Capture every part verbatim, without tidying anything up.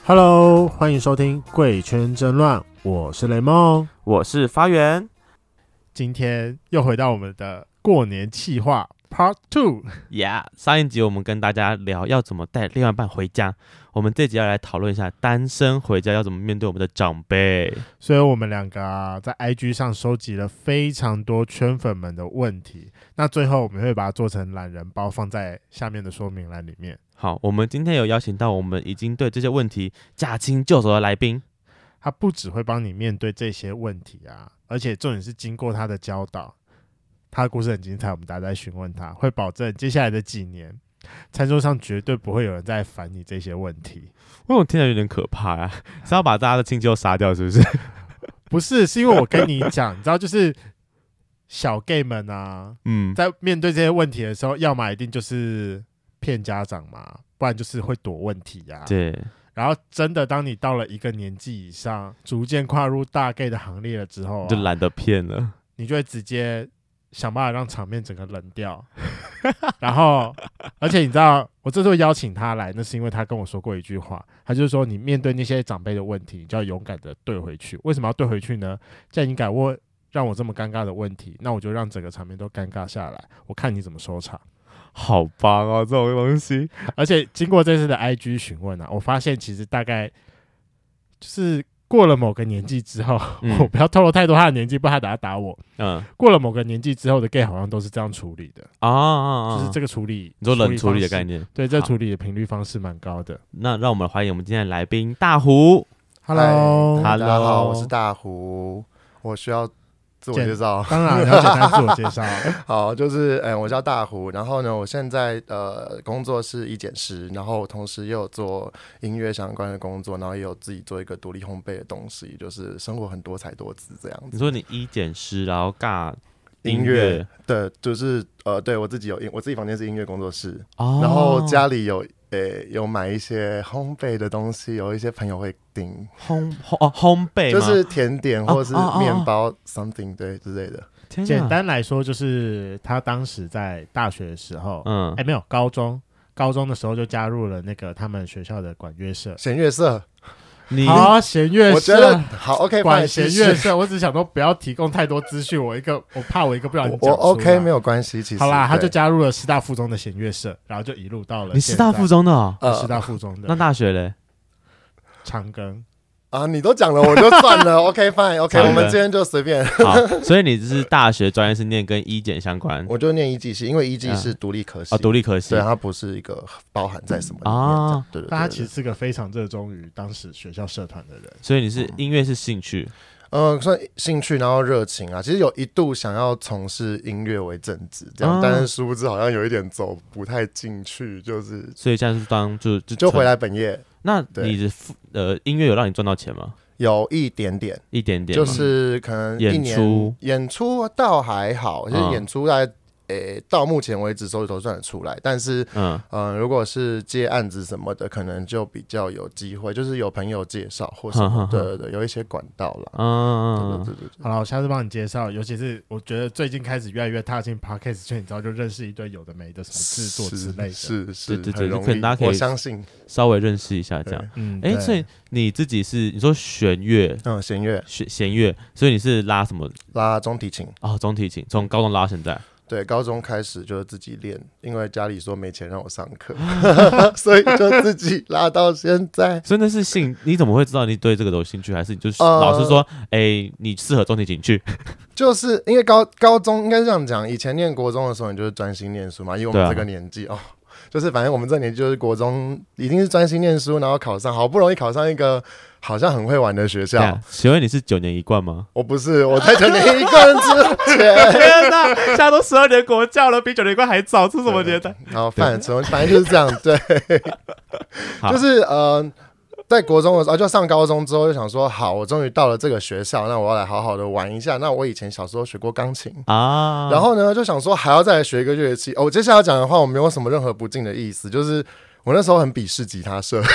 Hello， 欢迎收听《贵圈争乱》，我是雷梦， 我是发源。 今天又回到我们的过年企划 Part Two。Yeah， 上一集我们跟大家聊要怎么带另外一半回家，我们这集要来讨论一下单身回家要怎么面对我们的长辈。 所以我们两个啊，在 I G 上收集了非常多圈粉们的问题，那最后我们会把它做成懒人包，放在下面的说明栏里面。 好，我们今天有邀请到我们已经对这些问题驾轻就熟的来宾， 他不只会帮你面对这些问题啊，而且重点是经过他的教导，他的故事很精彩，我们大家在询问他，会保证接下来的几年餐桌上绝对不会有人再烦你这些问题。 为什么听起来有点可怕啊？是要把大家的亲戚都杀掉是不是？ 不是，是因为我跟你讲，你知道就是小 gay 们啊，嗯，在面对这些问题的时候，要么一定就是骗家长嘛，不然就是会躲问题啊。 对。 然后真的当你到了一个年纪以上，逐渐跨入大 gay 的行列了之后、啊， 就懒得骗了， 你就会直接想办法让场面整个冷掉。然后而且你知道我这次会邀请他来，那是因为他跟我说过一句话，他就是说你面对那些长辈的问题，你就要勇敢的对回去。为什么要对回去呢？既然你敢问让我这么尴尬的问题，那我就让整个场面都尴尬下来，我看你怎么收场。 好棒哦，这种东西。 而且经过这次的 I G 询问啊，我发现其实大概就是过了某个年纪之后、嗯、我不要透露太多他的年纪，不然他等下打我。嗯，过了某个年纪之后的 gay 好像都是这样处理的啊啊啊，就是这个处理， 你说冷处理的概念， 对，这处理的频率方式蛮高的。 那让我们欢迎我们今天的来宾大胡。 Hello， 大家好，我是大胡，我需要自我介绍， 当然要简单自我介绍。 好，就是、欸、我叫大胡，然后呢，我现在呃工作是医检师，然后同时也有做音乐相关的工作，然后也有自己做一个独立烘焙的东西，就是生活很多彩多姿这样子。 你说你医检师，然后尬音乐，对，就是呃，对我自己有我自己房间是音乐工作室，哦、然后家里有。欸、有买一些烘焙的东西，有一些朋友会订烘哦烘焙， 就是甜点或者是面包、哦哦哦、something 对之类的。 简单来说，就是他当时在大学的时候，嗯，哎、欸、没有高中，高中的时候就加入了那个他们学校的管乐社、 弦乐社。 你好，弦乐社， 我觉得好 OK， 管弦乐社，我只想说不要提供太多资讯，我一个我怕我一个不小心讲出来。 我 OK 没有关系，其实好啦，他就加入了师大附中的弦乐社，然后就一路到了。 你师大附中的、哦？ 呃，师大附中的。 那大学嘞？ 长庚。 啊，你都讲了，我就算了。OK fine， OK， 我们今天就随便。 好，所以你是大学专业是念跟医检相关？ 我就念医技系，因为医技是独立科系啊，独、哦、立科系， 对，它不是一个包含在什么里面啊。对对对， 但他其实是个非常热衷于当时学校社团的人。 所以你是音乐是兴趣？ 嗯，呃、算兴趣，然后热情啊。其实有一度想要从事音乐为正职，这样，啊、但是殊不知好像有一点走不太进去，就是。 所以现在是当就就就回来本业。 那你的呃音乐有让你赚到钱吗？ 有一点点， 一点点， 就是可能一年演出， 演出倒还好，就是演出大概。诶，到目前为止收入都算得出来，但是，嗯、呃，如果是接案子什么的，可能就比较有机会，就是有朋友介绍或什么，对对对，有一些管道啦。嗯，对对对对。 好了，我下次帮你介绍，尤其是我觉得最近开始越来越踏进 podcast 圈，你知道就认识一堆有的没的什么制作之类的， 是是，是对对对，可能大家可以我相信稍微认识一下这样。嗯，哎、欸，所以你自己是你说弦乐， 嗯，弦乐， 弦乐，所以你是拉什么？ 拉中提琴。 哦，中提琴，从高中拉到现在。 对，高中开始就自己练，因为家里说没钱让我上课，所以就自己拉到现在。 真的是兴，你怎么会知道你对这个有兴趣？还是你就是老师说，哎、呃欸，你适合中提琴去？ 就是因为高高中应该是这样讲，以前念国中的时候，你就是专心念书嘛，以我们这个年纪、啊、哦，就是反正我们这个年纪就是国中一定是专心念书，然后考上，好不容易考上一个。好像很会玩的学校。 请问你是九年一贯吗？ 我不是，我在九年一贯之前。 天哪，现在都十二年国教了，比九年一贯还早，这是什么年代？ 然后反正反正就是这样，对，就是呃，在国中的时候，就上高中之后就想说，好，我终于到了这个学校，那我要来好好的玩一下。那我以前小时候学过钢琴啊，然后呢就想说还要再来学一个乐器。哦，我接下来要讲的话，我没有什么任何不敬的意思，就是我那时候很鄙视吉他社。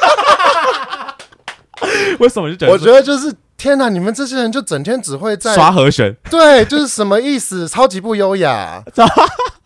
为什么就觉得？ 我觉得就是天哪，你们这些人就整天只会在刷和弦， 对，就是什么意思？超级不优雅。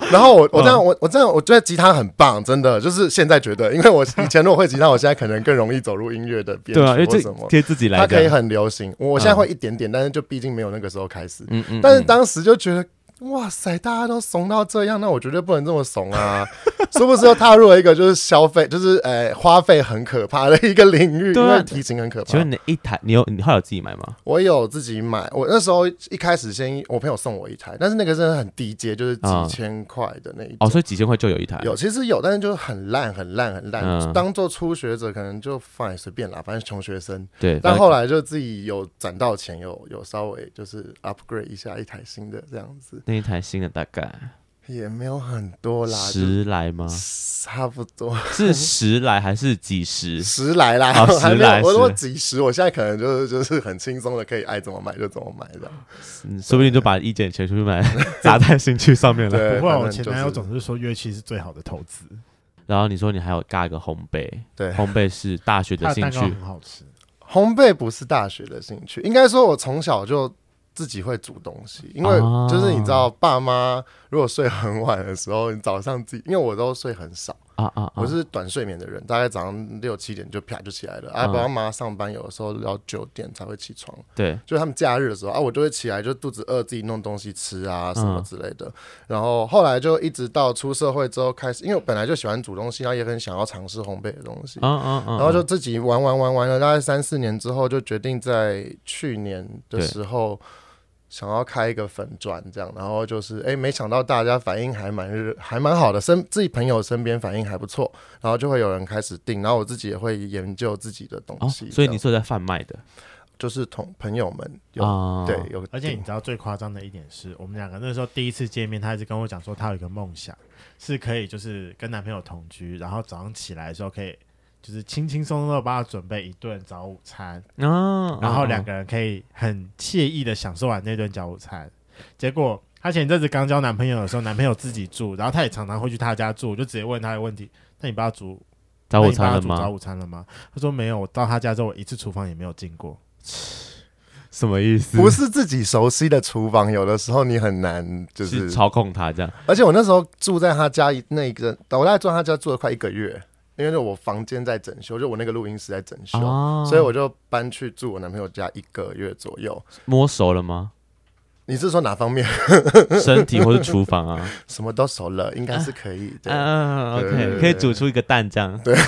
然后我我这样我我这样我觉得吉他很棒，真的就是现在觉得，因为我以前如果会吉他，我现在可能更容易走入音乐的编曲或什么， 贴自己来， 它可以很流行。我现在会一点点，但是就毕竟没有那个时候开始。 嗯嗯， 但是当时就觉得。哇塞！大家都怂到这样，那我绝对不能这么怂啊！是不是又踏入了一个就是消费，就是呃花费很可怕的一个领域？ 对啊， 因为提琴很可怕。 请问你一台，你有你后来有自己买吗？ 我有自己买，我那时候一开始先我朋友送我一台，但是那个真的很低阶，就是几千块的那一种。 哦，所以几千块就有一台？ 有，其实有，但是就是很烂、很烂、很烂。嗯、当做初学者可能就放随便啦，反正穷学生。 对。 但后来就自己有攒到钱，有有稍微就是 upgrade 一下一台新的这样子。 那一台新的大概也没有很多啦， 十来吗？ 差不多是十来还是几十？ 十来啦， 哦、十来。 我说几十，我现在可能就是就是很轻松的，可以爱怎么买就怎么买的。 嗯，说不定就把一点钱出去买，砸在兴趣上面了。 不会，我前男友总是说乐器是最好的投资。 然后你说你还有尬一个烘焙，对，烘焙是大学的兴趣， 很好吃。 烘焙不是大学的兴趣，应该说我从小就。自己会煮东西，因为就是你知道，爸妈如果睡很晚的时候，你早上自己，因为我都睡很少啊啊，我是短睡眠的人，大概早上六七点就啪就起来了。啊，爸爸妈妈上班有的时候要九点才会起床， 对， 就他们假日的时候啊，我就会起来，就肚子饿，自己弄东西吃啊什么之类的。然后后来就一直到出社会之后开始，因为我本来就喜欢煮东西，然后也很想要尝试烘焙的东西，然后就自己玩玩玩玩了大概三四年之后，就决定在去年的时候。想要开一个粉专这样，然后就是哎，没想到大家反应还蛮热，还蛮好的，身自己朋友身边反应还不错，然后就会有人开始订，然后我自己也会研究自己的东西， 哦、所以你是在贩卖的， 就是同朋友们有、哦、对有， 而且你知道最夸张的一点是我们两个那时候第一次见面，他一直跟我讲说他有一个梦想，是可以就是跟男朋友同居，然后早上起来的时候可以。就是轻轻松松的帮他准备一顿早午餐、哦、然后两个人可以很惬意的享受完那顿早午餐。结果她前阵子刚交男朋友的时候，男朋友自己住，然后她也常常会去他家住，我就直接问他的问题：那你帮他煮早午餐了吗？ 早午餐了吗？他说没有，我到他家之后，我一次厨房也没有进过。 什么意思？ 不是自己熟悉的厨房，有的时候你很难就是操控他这样。 而且我那时候住在他家那个，我大概住在他家住了快一个月。因为我房间在整修，就我那个录音室在整修、哦、所以我就搬去住我男朋友家一个月左右。 摸熟了吗？ 你是说哪方面？ 身体或是厨房啊？ 什么都熟了，应该是可以的。 啊 ，OK， 可以煮出一个蛋这样。 对，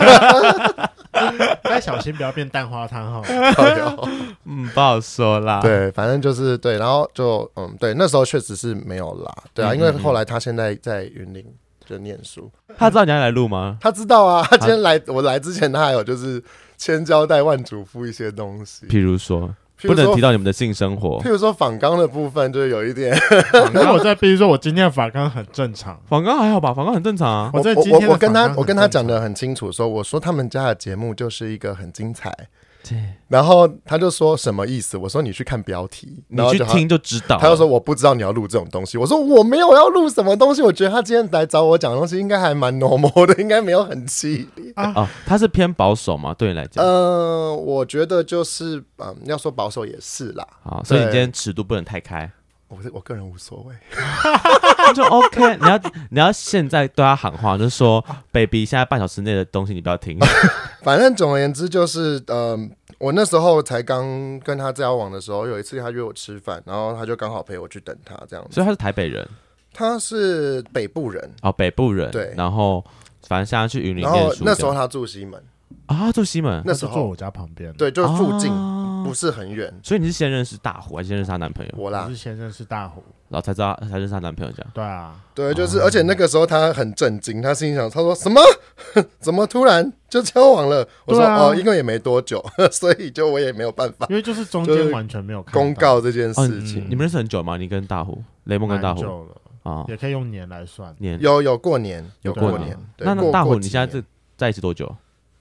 该小心不要变蛋花汤哈。 嗯，不好说啦。 对，反正就是对，然后就嗯，对，那时候确实是没有啦。对啊，嗯嗯嗯因为后来他现在在云林。就念书， 他知道你要来录吗？ 他知道啊，他今天来，啊、我来之前他还有就是千交代万嘱咐一些东西， 譬如说，不能提到你们的性生活， 譬如说访纲的部分就有一点。 然后我再比如说，我今天的访纲很正常， 访纲还好吧？访纲很正常啊。 我我我我跟他我跟他讲的很清楚，说我说他们家的节目就是一个很精彩。然后他就说什么意思？我说你去看标题， 你去听就知道。 他就说我不知道你要录这种东西。我说我没有要录什么东西，我觉得他今天来找我讲的东西应该还蛮 normal 的，应该没有很激烈啊。哦，他是偏保守吗？对你来讲？ 呃，我觉得就是嗯，要说保守也是啦。 好，所以你今天尺度不能太开。 我我个人无所谓， 就 OK 你。你要你要现在对他喊话，就是说 ，baby， 现在半小时内的东西你不要听。 反正总而言之就是，呃，我那时候才刚跟他交往的时候，有一次他约我吃饭，然后他就刚好陪我去等他，这样子。 所以他是台北人， 他是北部人哦，北部人。 对， 然后反正现在去云林念书。 那时候他住西门啊，住西门， 那时候住我家旁边， 对，就是附近。啊不是很远， 所以你是先认识大虎，还是先认识她男朋友？ 我啦， 我是先认识大虎， 然后才知道才认识她男朋友这样。 对啊， 对，就是，哦、而且那个时候他很震惊，他心里想，他说什么？怎么突然就交往了？我说、啊、哦，因为也没多久，所以就我也没有办法， 因为就是中间完全没有看公告这件事情、 哦你。你们认识很久吗？你跟大虎，雷梦跟大虎， 久了啊、哦，也可以用年来算， 年有有过年，有过年。 那那大虎，你现在这在一起多久？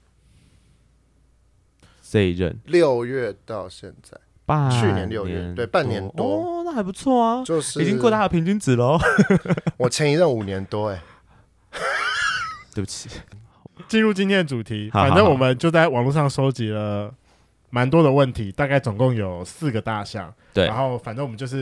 这一任六月到现在。去年六月，对，半年多哦，那还不错啊， 就是已经过他的平均值喽。 我前一任五年多，哎， 对不起。 进入今天的主题，反正我们就在网络上收集了蛮多的问题，大概总共有四个大项。 对， 然后反正我们就是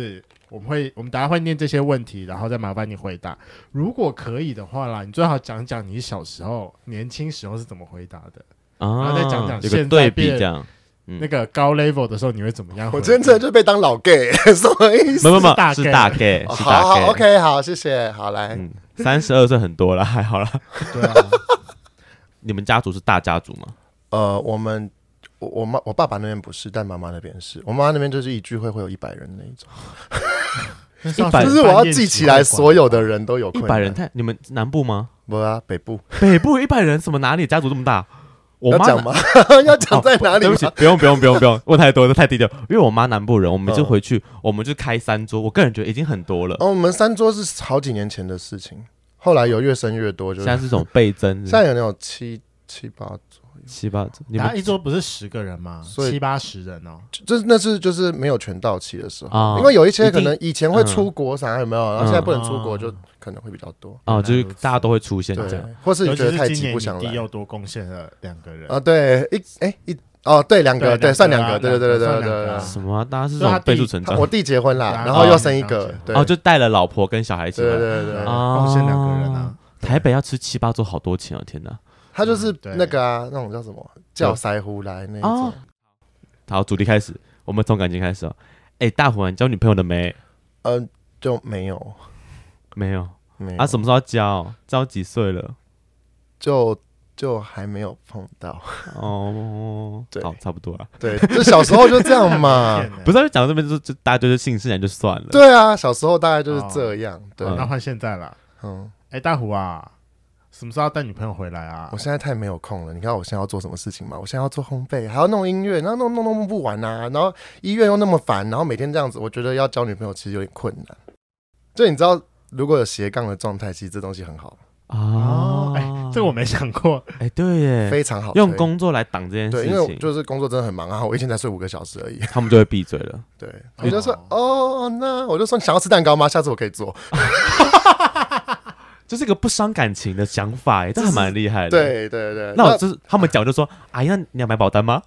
我们会我们大家会念这些问题，然后再麻烦你回答。如果可以的话啦，你最好讲讲你小时候、年轻时候是怎么回答的， 啊， 然后再讲讲现在有个对比变这样。嗯那个高 level 的时候你会怎么样回答？ 我今天真的就被当老 gay， 什么意思？ 没有没有大是 gay 大 gay， 哦是大好 gay。 好 ，OK， 好，谢谢，好来。 嗯，三十二岁很多了，还好啦。 对啊， 你们家族是大家族吗？ 呃，我们我我妈我爸爸那边不是，但妈妈那边是。我妈妈那边就是一聚会会有一百人那一种， 一百就是我要记起来所有的人都有一困难。 百人太，你们南部吗？ 不啊，北部北部一百人，什么哪里家族这么大？我妈要讲吗？要讲在哪里吗？ 对不起，不用不用不用不用，问太多，这太低调。因为我妈南部人，我们每次回去，我们就开三桌，我个人觉得已经很多了。 哦，我们三桌是好几年前的事情，后来有越生越多，就是现在是这种倍增， 现在有那种七七八桌， 七八，你们他一桌不是十个人吗？ 所以七八十人哦。 就是那是就是没有全到齐的时候， 哦因为有一些一定可能以前会出国啥有没有，然后现在不能出国嗯就可能会比较多， 哦，就是大家都会出现这对样。， 或是尤其觉得太急是今年不想来你弟又多贡献了两个人啊，对，一哎一哦对两个对对算两两个个，对对对对算对对两个啊什么啊？大家是这对他弟种倍数成长他。我弟结婚啦， 然后然后又生一个，对哦，就带了老婆跟小孩一起对来。 对对对， 哦贡献两个人啊。 台北要吃七八桌，好多钱哦！天哪！ 他就是对那个啊，那种叫什么叫腮胡来那一种哦，好，主题开始，我们从感情开始哦。哎，大虎啊，你交女朋友了没？ 嗯，就没有没有没有啊？什么时候要交？交几岁了？ 就就还没有碰到， 哦， 对好，差不多了。 对，就小时候就这样嘛。 骗人不是讲到这边就就大家就是姓氏然就算了。 对啊，小时候大概就是这样。对， 嗯那换现在啦。 嗯， 哎，大虎啊，什么时候要带女朋友回来啊我？现在太没有空了。你看我现在要做什么事情吗？我现在要做烘焙，还要弄音乐，然后弄弄弄不完啊。然后医院又那么烦，然后每天这样子，我觉得要交女朋友其实有点困难。就你知道，如果有斜杠的状态，其实这东西很好， 哦，哎，这个我没想过。 哎，对耶， 非常好推。 用工作来挡这件对，因为事情， 我就是工作真的很忙啊，我一天才睡五个小时而已。 他们就会闭嘴了。 对，我就说哦，那我就说你想要吃蛋糕吗？下次我可以做。 这是一个不伤感情的想法，哎，这还蛮厉害的。， 对对对， 那我就是他们讲就说，哎呀，你要买保单吗？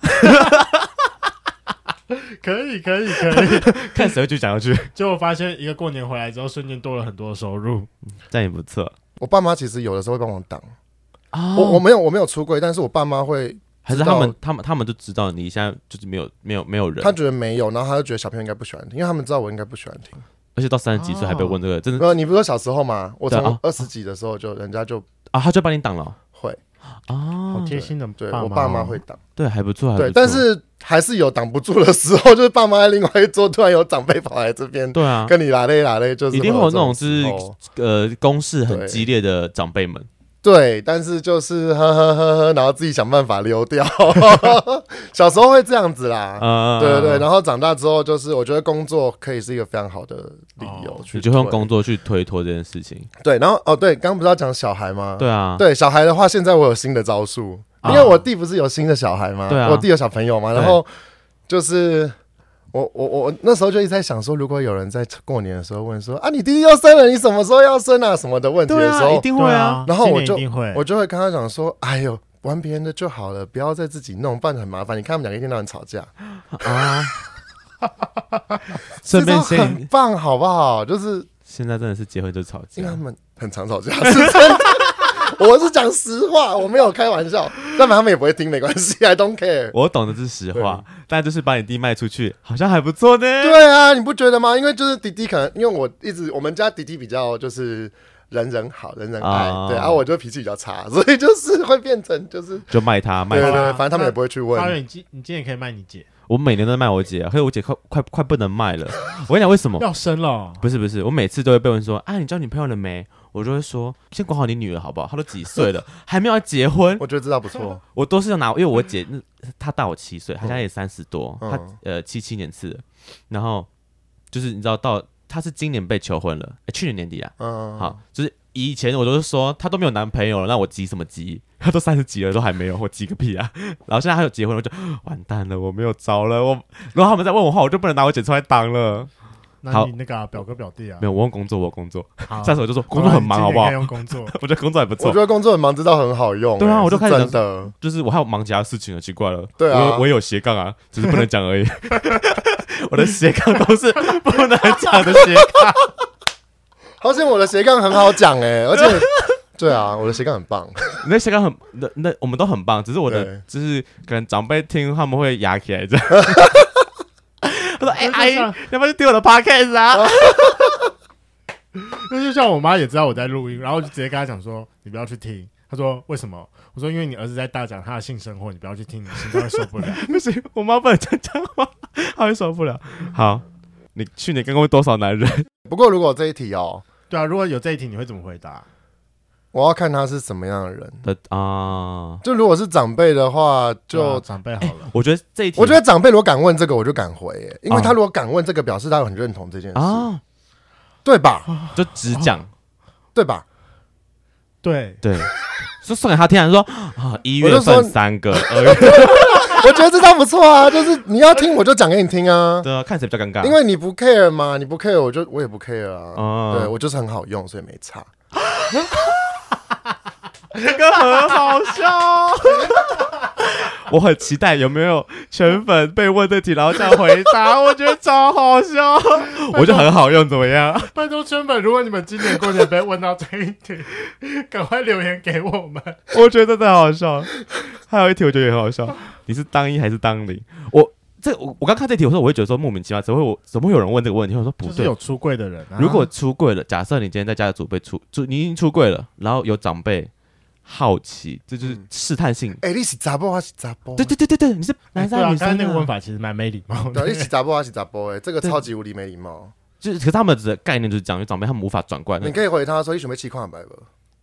可以，可以，可以。 看谁会继续讲下去， 结果发现一个过年回来之后，瞬间多了很多收入。 这样也不错。 我爸妈其实有的时候会帮我挡。 哦我我没有我没有出柜，但是我爸妈会， 还是他们他们他们就知道你现在就是没有没有没有人， 他觉得没有，然后他就觉得小朋友应该不喜欢听，因为他们知道我应该不喜欢听。 而且到三十几岁还被问这个，真的没有，你不是说小时候吗？我对啊从二十几的时候就人家就啊，他就帮你挡了哦会， 啊好，贴心的对爸妈哦我爸妈会挡， 对，还不错，还不对， 错但是还是有挡不住的时候，就是爸妈在另外一桌突然有长辈跑来这边对啊， 跟你拉嘞拉嘞，就是一定会有那种是时候呃攻势很对激烈的长辈们， 对，但是就是呵呵呵呵，然后自己想办法溜掉。小时候会这样子啦， 呃， 对对对，然后长大之后，就是我觉得工作可以是一个非常好的理由哦去推， 你就会用工作去推脱这件事情， 对，然后哦对，刚刚不是要讲小孩吗？ 对啊， 对，小孩的话，现在我有新的招数， 啊因为我弟不是有新的小孩吗？ 对啊我弟有小朋友嘛， 对然后就是我我我那时候就一直在想说，如果有人在过年的时候问说啊，你弟弟要生了，你什么时候要生啊？什么的问题对啊， 的时候， 一定会啊， 对啊， 然后我就今年一定会。 我就会跟他讲说，哎呦，玩别人的就好了，不要再自己弄，不然很麻烦。你看他们两个一天到晚吵架， 啊，顺便这招很先， 棒，好不好？就是现在真的是结婚就吵架因为他，们很常吵架，是真的。我是讲实话，我没有开玩笑，但他们也不会听，没关系，I don't care。 我懂的是实话，但就是把你弟卖出去，好像还不错呢。 对啊，你不觉得吗？因为就是弟弟可能，因为我一直我们家弟弟比较就是人人好，人人爱， 哦对，然后我就脾气比较差，所以就是会变成就是， 就卖他卖他。 对对对，反正他们也不会去问花。园，你今你今年可以卖你姐， 我每年都在卖我姐，可是我姐快快快不能卖了。我跟你讲为什么？ 要生了哦。 不是不是，我每次都会被问说啊，你交女朋友了没？我就会说先管好你女儿好不好？她都几岁了，还没有要结婚。 我觉得这倒不错， 我都是要拿，因为我姐那她大我七岁，她现在也三十多， 嗯她呃七七年次的，然后就是你知道到她是今年被求婚了，诶去年年底啊， 嗯， 好，就是以前我都是说她都没有男朋友了，那我急什么急？她都三十几了都还没有，我急个屁啊！然后现在她有结婚了，我就完蛋了，我没有招了，我如果他们再问我话，我就不能拿我姐出来当了。 那好你那个啊表哥表弟啊没，有，我用工作，我有工作， 好下次我就说工作很忙，好不好今年可以？用工作。 我觉得工作还不错我觉，得工作很忙，知道很好用。 对啊欸是我就开始真的， 就是我还有忙其他事情了，奇怪了， 对啊我有我有斜杠啊，只是不能讲而已。 我的斜杠都是不能讲的斜杠。 好险我的斜杠很好讲哎、欸，而且对啊，我的斜杠很棒。 你的斜杠很那那我们都很棒，只是我的对就是可能长辈听他们会压起来这样。他说：“哎、欸，阿姨，你要不要去听我的 podcast 啊？” 那就像我妈也知道我在录音，然后就直接跟她讲说：“你不要去听。”她说：“为什么？”我说：“因为你儿子在大讲他的性生活，你不要去听，你心脏会受不了。” 不行，我妈不能这样讲话，她会受不了。好，你去年跟过多少男人？ 不过如果这一题哦， 对啊，如果有这一题，你会怎么回答？ 我要看他是什么样的人的啊。 就如果是长辈的话，就、 啊、长辈好了、欸。 我觉得这一题， 我觉得长辈如果敢问这个，我就敢回、欸，因为他如果敢问这个，表示他很认同这件事，啊、对吧？ 就只讲、哦， 对吧？ 对对，就送给他听，说啊，一月份三个，二月。 我觉得这招不错啊，就是你要听我就讲给你听啊。 对啊，看谁比较尴尬。 因为你不 care 嘛，你不 care 我就我也不 care 啊。 哦、 对我就是很好用，所以没差。 这个很好笑，我很期待有没有圈粉被问这题，然后这样回答，我觉得超好笑，我就很好用，怎么样？ 拜托圈粉，如果你们今年过年被问到这一题，赶快留言给我们。 我觉得太好笑了。还有一题我觉得也很好笑，你是当一还是当零？我这我我刚看这题，我说我会觉得说莫名其妙，怎么会我怎么会有人问这个问题？我说不对， 就是有出柜的人、啊， 如果出柜了，假设你今天在家的祖辈出，出你已经出柜了，然后有长辈好奇，这就是试探性。 哎、嗯欸，你是查甫还是查甫？ 对对对对对，你是男生、啊、女生、啊？ 那个问法其实蛮没礼貌的。 对，你是查甫还是查甫？哎，这个超级无敌没礼貌。 就是，可是他们的概念就是讲，因为长辈他们无法转过来。 你可以回他说：“你准备气矿白不？”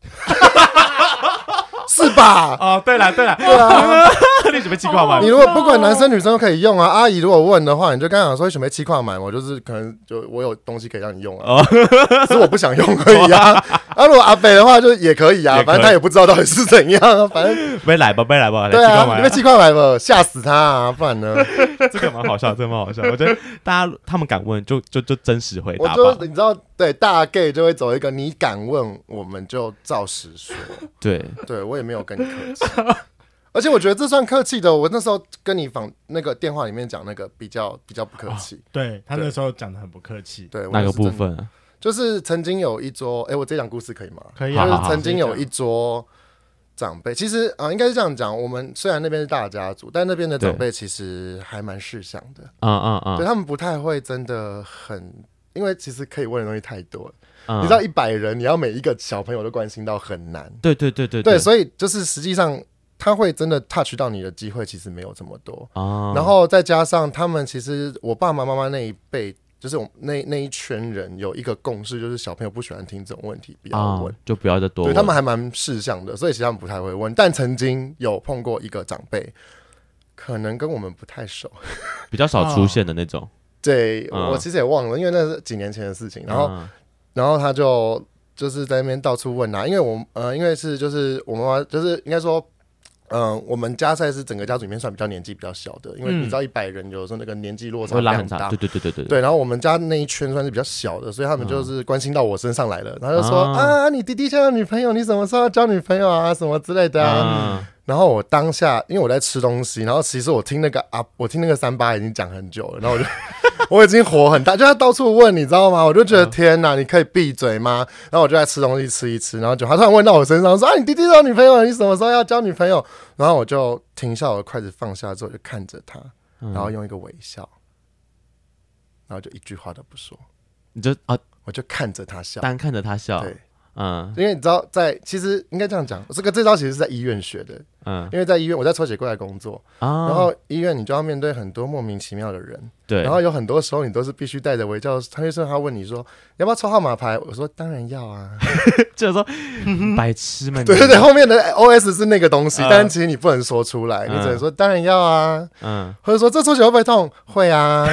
是吧？ 哦，对了对了， 对啊， 你准备气矿买？ 你如果不管男生女生都可以用啊。阿姨如果问的话，你就跟他讲说：“你准备气矿买？”我就是可能就我有东西可以让你用啊，只是我不想用而已啊。啊，如果阿北的话就也可以啊，反正他也不知道到底是怎样啊，反正没来吧，没来吧， 对啊，你被气矿买吧，吓死他啊，不然呢？ 这个蛮好笑，这个蛮好笑。我觉得大家他们敢问，就就就真实回答吧。 我就你知道，对大 gay 就会走一个你敢问，我们就照实说。 对， 对我也没有跟你客气，而且我觉得这算客气的。我那时候跟你访那个电话里面讲那个比较比较不客气， 哦、对他那时候讲的很不客气。 对， 哪个部分、啊？ 就是曾经有一桌，哎、欸，我这讲故事可以吗？ 可以、 就是啊。 曾经有一桌长辈，其实啊、呃，应该是这样讲。我们虽然那边是大家族，但那边的长辈其实还蛮识相的。 嗯嗯嗯， 对他们不太会真的很，因为其实可以问的东西太多了。 嗯、 你知道一百人，你要每一个小朋友都关心到很难。 对对对对对, 对，所以就是实际上他会真的 touch 到你的机会其实没有这么多。 哦、 然后再加上他们其实我爸爸妈妈那一辈。就是我那那一圈人有一个共识，就是小朋友不喜欢听这种问题，不要问， 啊、就不要再多问。 对他们还蛮识相的，所以其实他们不太会问。但曾经有碰过一个长辈，可能跟我们不太熟， 比较少出现的那种。 对、 嗯、 我其实也忘了，因为那是几年前的事情。然后，嗯、然后他就就是在那边到处问啊，因为我呃，因为是就是我妈妈就是应该说。嗯、呃，我们家赛是整个家族里面算比较年纪比较小的，因为你知道一百人有时候那个年纪落差会拉很大， 对对对对对对。然后我们家那一圈算是比较小的，所以他们就是关心到我身上来了，然后就说、嗯、啊，你弟弟现在有女朋友，你什么时候要交女朋友啊，什么之类的啊。嗯、然后我当下因为我在吃东西，然后其实我听那个啊，我听那个三八已经讲很久了，然后我就我已经火很大，就他到处问，你知道吗？我就觉得、嗯、天哪，你可以闭嘴吗？然后我就在吃东西吃一吃，然后就他突然问到我身上说啊，你弟弟有女朋友，你什么时候要交女朋友？然后我就停下我的筷子放下之后，就看着他，然后用一个微笑，然后就一句话都不说， 你就啊， 我就看着他笑， 单看着他笑， 对， 嗯， 因为你知道在，在其实应该这样讲，这个这招其实是在医院学的，嗯，因为在医院我在抽血柜台工作，啊，然后医院你就要面对很多莫名其妙的人， 对， 然后有很多时候你都是必须带着微笑，他医生他问你说要不要抽号码牌，我说当然要啊， 就是说白痴们， 对对对，后面的 O S 是那个东西，嗯、但是其实你不能说出来，嗯、你只能说当然要啊，嗯，或者说这抽血会不会痛？会啊。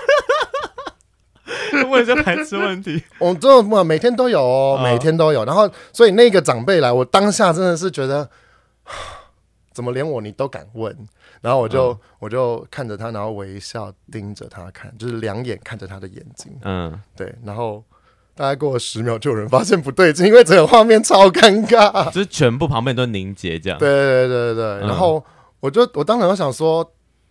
问这白痴问题， 我这每天都有哦，每天都有。然后，所以那个长辈来，我当下真的是觉得，怎么连我你都敢问？然后我就、嗯、我就看着他，然后微笑盯着他看，就是两眼看着他的眼睛。嗯，对。然后大概过了十秒，就有人发现不对劲，因为整个画面超尴尬， 就是全部旁边都凝结这样。 对对对对对。嗯、然后我就我当然我想说。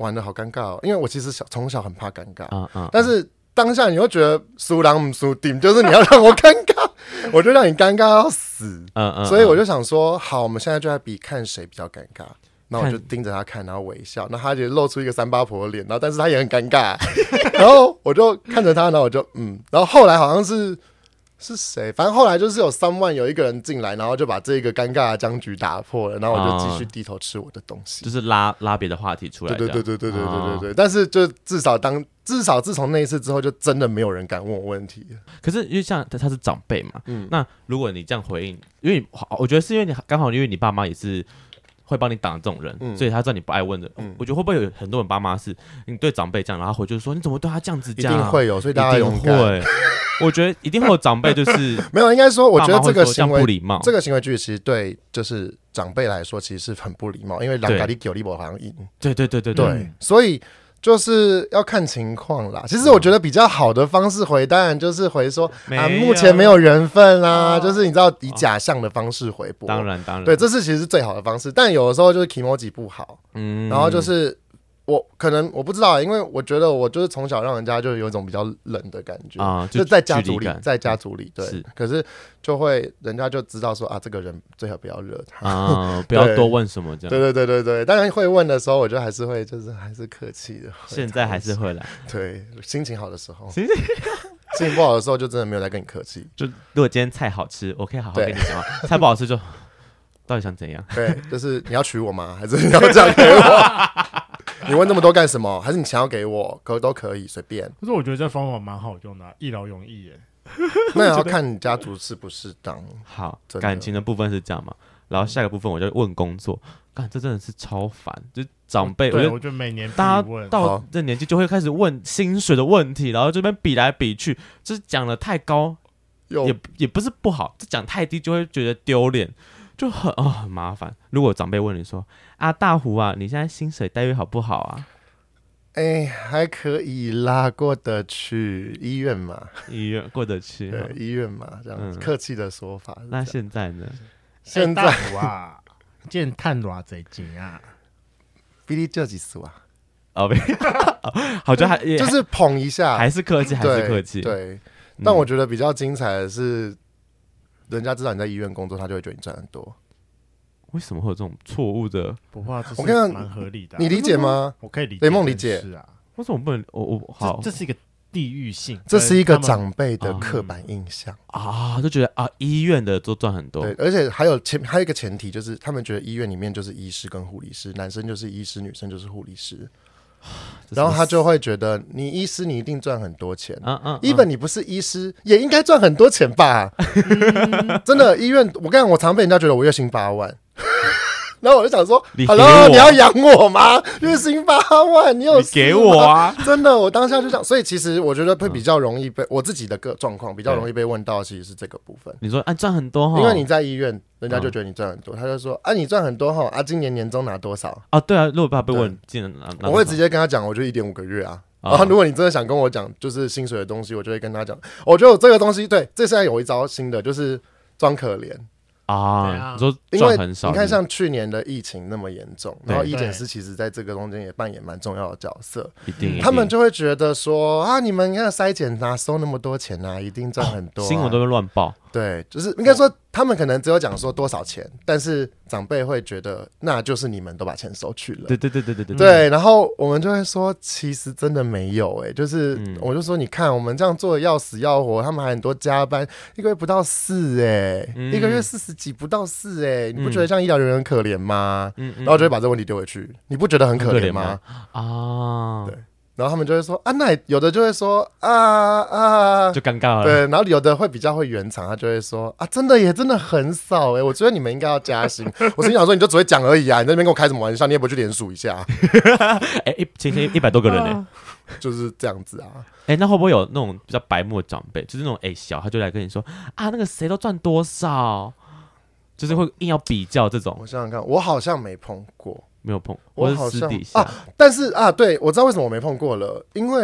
玩的好尴尬哦，因为我其实小从小很怕尴尬， 嗯嗯， 但是当下你会觉得输人不输顶，就是你要让我尴尬，我就让你尴尬到死。 嗯嗯， 所以我就想说，好，我们现在就在比看谁比较尴尬。然后我就盯着他看，然后微笑，然后他就露出一个三八婆的脸，然后但是他也很尴尬，然后我就看着他，然后我就嗯，然后后来好像是是谁，反正后来就是有someone有一个人进来，然后就把这个尴尬的僵局打破了，然后我就继续低头吃我的东西， 就是拉拉别的话题出来。 对对对对对对对对对。但是就至少当至少自从那一次之后，就真的没有人敢问我问题了。 可是因为像他他是长辈嘛，嗯，那如果你这样回应，因为我觉得是因为你刚好因为你爸妈也是。会帮你挡这种人、嗯，所以他知道你不爱问的、嗯。我觉得会不会有很多人爸妈是你对长辈这样，然后回去说你怎么对他这样子讲、啊？ 一定会有，所以大家勇敢。 会，我觉得一定会有长辈就是没有，应该说，我觉得这个行为不礼貌， 这个行为举止其实对就是长辈来说其实是很不礼貌，因为人家你给你我好像赢。 对对对对对, 对，所以。就是要看情况啦。其实我觉得比较好的方式回，当然就是回说啊，目前没有缘分啦、啊，就是你知道以假象的方式回驳。 当然当然， 对，这是其实是最好的方式。但有的时候就是 kimoji 不好，嗯，然后就是我可能我不知道，因为我觉得我就是从小让人家就有一种比较冷的感觉啊，就在家族里，在家族里，对，是可是就会人家就知道说啊，这个人最好不要惹他啊，不要多问什么这样。 对对对对对，当然会问的时候，我觉得还是会就是还是客气的。 现在还是会来， 对，心情好的时候，心情不好的时候就真的没有在跟你客气。 就如果今天菜好吃，我可以好好跟你讲话；菜不好吃就到底想怎样？ 对，就是你要娶我吗？还是你要嫁给我？你问那么多干什么？还是你想要给我？可都可以，随便。 可是我觉得这方法蛮好用的、啊，一劳永逸耶。 那也要看你家族适不适当。 好，感情的部分是这样嘛？然后下一个部分我就问工作，干这真的是超烦，就是长辈， 对，我觉得每年大家到这年纪就会开始问薪水的问题，然后这边比来比去，就是讲的太高，也也不是不好，这讲太低就会觉得丢脸。就很哦很麻烦。如果长辈问你说啊大胡啊，你现在薪水待遇好不好啊？ 哎、欸，还可以啦，过得去。医院嘛， 医院过得去， 对，医院嘛，这样、嗯、客气的说法。 那现在呢？ 现在、 欸、啊，见探多少钱啊？ 比你这几数啊？ 哦，好像还就是捧一下， 还是客气，还是客气。 对，对嗯、但我觉得比较精彩的是。人家知道你在医院工作，他就会觉得你赚很多。 为什么会有这种错误的？ 不怕，这是蛮合理的、啊。 你理解吗？ 我可以理解。 雷梦理解是啊。 为什么不能？我我好这，这是一个地域性， 这是一个长辈的刻板印象啊, 啊，就觉得啊，医院的都赚很多。 对，而且还有前还有一个前提，就是他们觉得医院里面就是医师跟护理师，男生就是医师，女生就是护理师。然后他就会觉得你医师你一定赚很多钱，嗯嗯，even你不是医师也应该赚很多钱吧？嗯、真的，医院我跟你讲，我常被人家觉得我月薪八万，然后我就想说 ，Hello， 你要养我吗？月薪八万，你有你给我啊？ 真的，我当下就这样，所以其实我觉得会比较容易被、嗯、我自己的个状况比较容易被问到，其实是这个部分。 你说啊，赚很多哈， 因为你在医院。人家就觉得你赚很多、嗯，他就说啊，你赚很多哈，啊，今年年终拿多少？ 啊，对啊，如果怕被问，今年拿，拿我会直接跟他讲，我就一点五个月啊。然后如果你真的想跟我讲，就是薪水的东西，我就会跟他讲，我觉得我这个东西，对，这现在有一招新的，就是装可怜啊。你说赚很少， 因为你看像去年的疫情那么严重，然后医检师其实在这个中间也扮演蛮重要的角色， 一定， 他们就会觉得说啊，你们看筛检啊，收那么多钱啊，一定赚很多、啊哦， 新闻都会乱报。 对，就是应该说，他们可能只有讲说多少钱，但是长辈会觉得那就是你们都把钱收去了。 对对对对对对。 对，然后我们就会说，其实真的没有哎、欸，就是、嗯、我就说，你看我们这样做的要死要活，他们还很多加班，一个月不到四哎、欸嗯，一个月四十几不到四哎、欸，你不觉得像医疗人员很可怜吗、嗯？然后就会把这个问题丢回去，你不觉得很可怜吗？啊，对。然后他们就会说啊，那有的就会说啊啊， 就尴尬了。 对，然后有的会比较会圆场，他就会说啊，真的也真的很少哎、欸，我觉得你们应该要加薪。我心想说，你就只会讲而已啊，你在那边跟我开什么玩笑？你也不去连数一下？ 哎、欸，一前前一百多个人呢、欸啊， 就是这样子啊。 哎、欸，那会不会有那种比较白目的长辈，就是那种哎、欸、小，他就来跟你说啊，那个谁都赚多少，就是会硬要比较这种。 我想想看，我好像没碰过。 没有碰， 我好像私底下啊，但是啊，对，我知道为什么我没碰过了，因为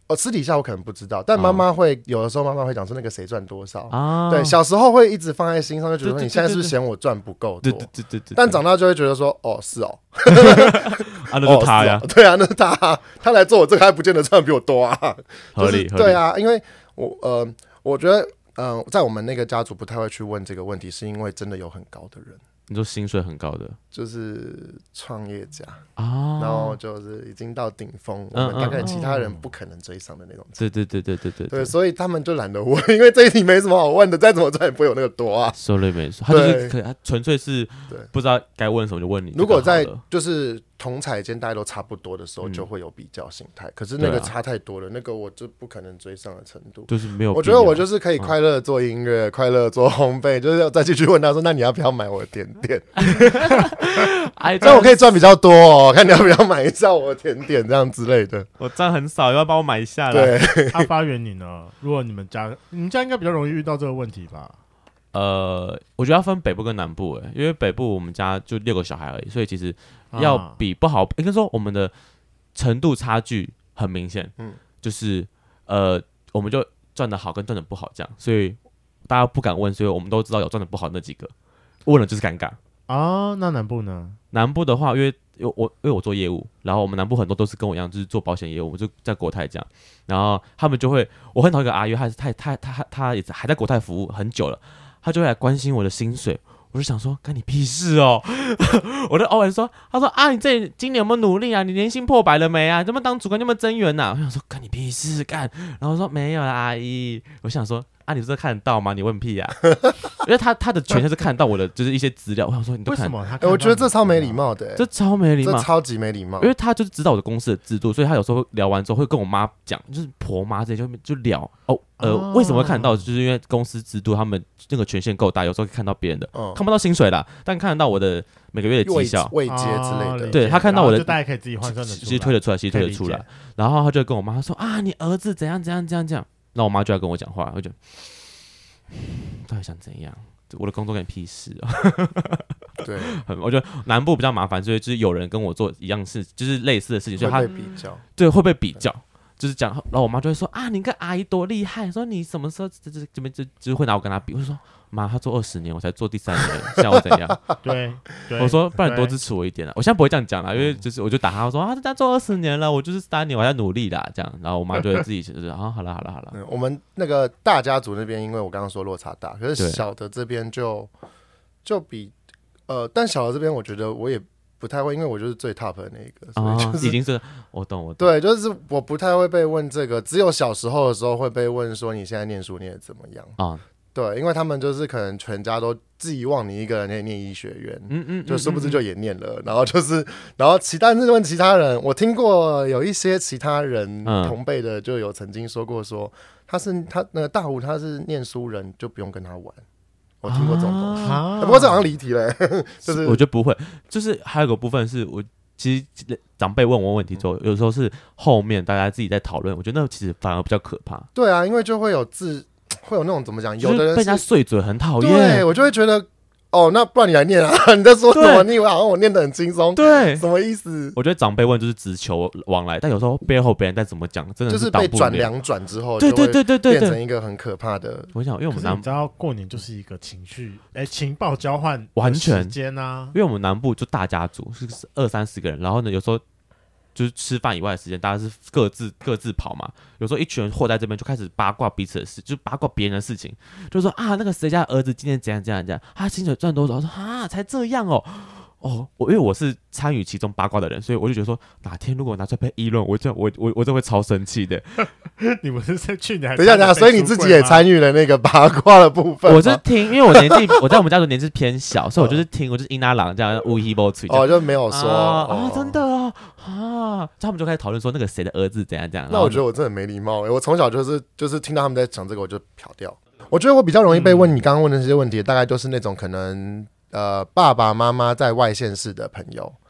哦，私底下我可能不知道，但妈妈会有的时候妈妈会讲说那个谁赚多少啊， 对，小时候会一直放在心上，就觉得说你现在是不是嫌我赚不够多？ 对对对对对。 但长大就会觉得说，哦，是哦， 啊，那是他呀， 哦哦对啊，那是他，他来做我这个还不见得赚比我多啊， 合理， 就是、对啊，因为我呃，我觉得呃，在我们那个家族不太会去问这个问题，是因为真的有很高的人。 你说薪水很高的， 就是创业家啊， 然后就是已经到顶峰，我们大概其他人不可能追上的那种。 对对对对对对对，所以他们就懒得问，因为这一题没什么好问的，再怎么赚也不会有那个多啊。 说了没错，他就是可他纯粹是不知道该问什么就问你。 如果在就是同彩间大家都差不多的时候，就会有比较心态。可是那个差太多了，那个我就不可能追上的程度， 就是没有。 我觉得我就是可以快乐做音乐，快乐做烘焙，就是要再继续问他说，那你要不要买我的甜点？这样我可以赚比较多哦，看你要不要买一下我的甜点这样之类的。 我赚很少，要不要帮我买一下啦？ 对， 阿发源你呢？如果你们家，你们家应该比较容易遇到这个问题吧？ 呃，我觉得要分北部跟南部，哎，因为北部我们家就六个小孩而已，所以其实要比不好，应该说我们的程度差距很明显，嗯，就是呃，我们就赚的好跟赚的不好这样，所以大家不敢问，所以我们都知道有赚的不好的那几个，问了就是尴尬。 哦，那南部呢？ 南部的话，因为我因为我做业务，然后我们南部很多都是跟我一样，就是做保险业务，我就在国泰这样，然后他们就会，我很讨厌一个阿姨，她是太太她她也还在国泰服务很久了，她就会来关心我的薪水。我就想说，干你屁事哦！我就偶尔说，他说啊，你这今年有没有努力啊？你年薪破百了没啊？你怎么当主管？你有没有增员呐？我想说，干你屁事干！然后我说没有啦，阿姨。我想说，啊，你不是看得到吗？你问屁呀、啊！因为他他的权限是看到我的就是一些资料。我想说，你都看为什么他看到、欸？我觉得这超没礼貌的、欸， 这超没礼貌， 这超级没礼貌。 因为他就是知道我的公司的制度，所以他有时候聊完之后会跟我妈讲，就是婆妈这些就就聊哦。呃，哦、为什么会看到？就是因为公司制度，他们那个权限够大，有时候可以看到别人的，嗯、看不到薪水啦，但看得到我的每个月的绩效、 位阶之类的。 对他看到我的， 就大家可以自己换算的， 其实推得出来，其实推得出来。然后他就跟我妈说啊，你儿子怎样怎样怎样怎样。那我妈就要跟我讲话，我就到底想怎样？我的工作跟你屁事啊！ 对， 我觉得南部比较麻烦，所以就是有人跟我做一样事，就是类似的事情，所以他会被比较， 对，会被比较。就是讲，然后我妈就会说啊，你跟阿姨多厉害，说你什么时候这这这边就就会拿我跟她比，我就说妈，她做二十年，我才做第三年，像我怎样？ 对， 我说不然多支持我一点啊！我现在不会这样讲啦，因为就是我就打她，我说啊，他做二十年了，我就是三年，我还在努力啦，这样。然后我妈就会自己就是啊，好了好了好了、 嗯。我们那个大家族那边，因为我刚刚说落差大，可是小的这边就就比呃，但小的这边我觉得我也。不太会，因为我就是最 top 的那一个，所以就是、 哦、已经是我懂我懂。 对，就是我不太会被问这个，只有小时候的时候会被问说你现在念书念得怎么样啊、哦？对，因为他们就是可能全家都寄望你一个人可以念医学院，嗯嗯，就殊不知就也念了，然后就是，然后其他问其他人，我听过有一些其他人同辈的就有曾经说过说他是他那个大胡他是念书人，就不用跟他玩。我听过这种东西，啊、不过这好像离题了，就是我觉得不会，就是还有个部分是我其实长辈问我问题之后，有时候是后面大家自己在讨论，我觉得那其实反而比较可怕。 对啊，因为就会有自会有那种怎么讲，有的人被人家碎嘴很讨厌， 对我就会觉得。哦，那不然你来念啊？你在说什么？你以为好像我念得很轻松？ 对， 什么意思？ 我觉得长辈问就是只求往来，但有时候背后别人再怎么讲，真的是就是被转两转之后， 对对对对对， 变成一个很可怕的。 我想，因为我们南你知道过年就是一个情绪，哎，情报交换完全时间啊。 因为我们南部就大家族是二三十个人，然后呢，有时候。就是吃饭以外的时间，大家是各自各自跑嘛。有时候一群人混在这边，就开始八卦彼此的事，就八卦别人的事情，就说啊，那个谁家的儿子今天怎样怎样怎样，他薪水赚多少？我说啊，才这样哦。哦，我因为我是参与其中八卦的人，所以我就觉得说，哪天如果拿出来被议论，我就我我我就会超生气的。 你们是在去年还等一下等一下，所以你自己也参与了那个八卦的部分。 我是听，因为我年纪我在我们家族年纪偏小，所以我就是听，我就是英拉郎这样乌希波吹。 哦，就没有说啊、哦哦，真的啊啊！他们就开始讨论说那个谁的儿子怎样怎样。 那我觉得我真的没礼貌、欸，我从小就是就是听到他们在讲这个，我就飘掉。我觉得我比较容易被问你刚刚问的这些问题，大概都是那种可能。呃，爸爸妈妈在外县市的朋友，